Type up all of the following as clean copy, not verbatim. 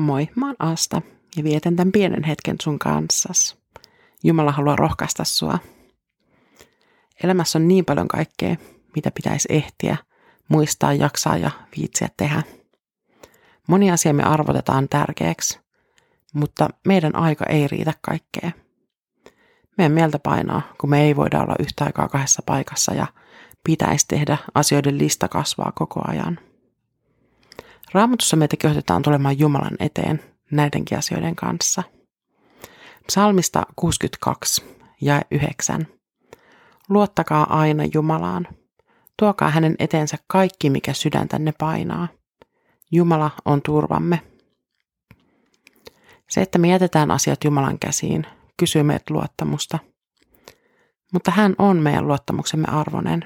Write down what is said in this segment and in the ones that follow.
Moi, mä oon Asta ja vietän tämän pienen hetken sun kanssas. Jumala haluaa rohkaista sua. Elämässä on niin paljon kaikkea, mitä pitäisi ehtiä, muistaa, jaksaa ja viitsiä tehdä. Moni asia me arvotetaan tärkeäksi, mutta meidän aika ei riitä kaikkeen. Meidän mieltä painaa, kun me ei voida olla yhtä aikaa kahdessa paikassa ja pitäisi tehdä asioiden lista kasvaa koko ajan. Raamatussa meitä kehotetaan tulemaan Jumalan eteen näidenkin asioiden kanssa. Psalmista 62 ja 9. Luottakaa aina Jumalaan. Tuokaa hänen eteensä kaikki, mikä sydäntänne painaa. Jumala on turvamme. Se, että me jätetään asiat Jumalan käsiin, kysyy meiltä luottamusta. Mutta hän on meidän luottamuksemme arvoinen.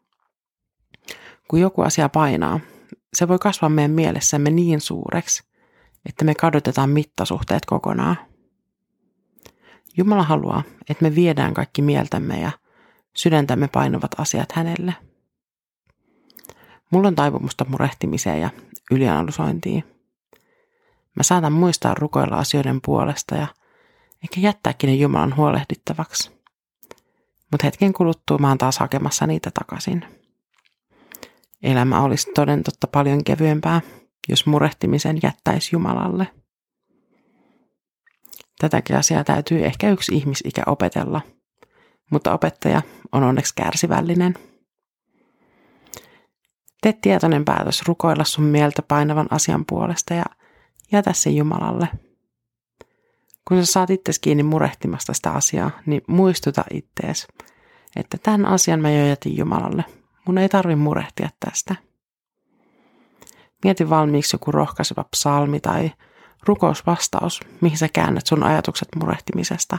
Kun joku asia painaa, se voi kasvaa meidän mielessämme niin suureksi, että me kadotetaan mittasuhteet kokonaan. Jumala haluaa, että me viedään kaikki mieltämme ja sydäntämme painuvat asiat hänelle. Mulla on taipumusta murehtimiseen ja ylianalysointiin. Mä saatan muistaa rukoilla asioiden puolesta ja eikä jättääkin ne Jumalan huolehdittavaksi. Mutta hetken kuluttua mä oon taas hakemassa niitä takaisin. Elämä olisi toden totta paljon kevyempää, jos murehtimisen jättäisi Jumalalle. Tätäkin asiaa täytyy ehkä yksi ihmisikä opetella, mutta opettaja on onneksi kärsivällinen. Tee tietoinen päätös rukoilla sun mieltä painavan asian puolesta ja jätä se Jumalalle. Kun sä saat itses kiinni murehtimasta sitä asiaa, niin muistuta ittees, että tämän asian mä jo jätin Jumalalle. Mun ei tarvi murehtia tästä. Mieti valmiiksi joku rohkaiseva psalmi tai rukousvastaus, mihin sä käännät sun ajatukset murehtimisesta.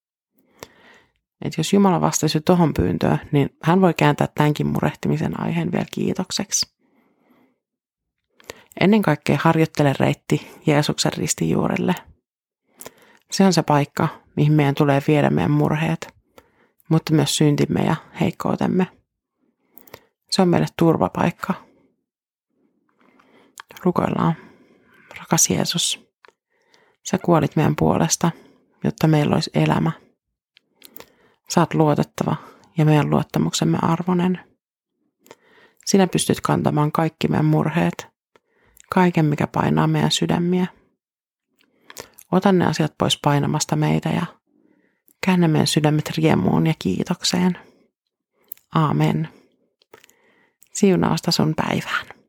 Et jos Jumala vastaisi tohon pyyntöön, niin hän voi kääntää tämänkin murehtimisen aiheen vielä kiitokseksi. Ennen kaikkea harjoittele reitti Jeesuksen ristin juurelle. Se on se paikka, mihin meidän tulee viedä meidän murheet, mutta myös syntimme ja heikkoutemme. Se on meille turvapaikka. Rukoillaan. Rakas Jeesus, sä kuolit meidän puolesta, jotta meillä olisi elämä. Sä oot luotettava ja meidän luottamuksemme arvoinen. Sinä pystyt kantamaan kaikki meidän murheet, kaiken mikä painaa meidän sydämiä. Ota ne asiat pois painamasta meitä ja käännä meidän sydämet riemuun ja kiitokseen. Aamen. Siunausta sun päivään.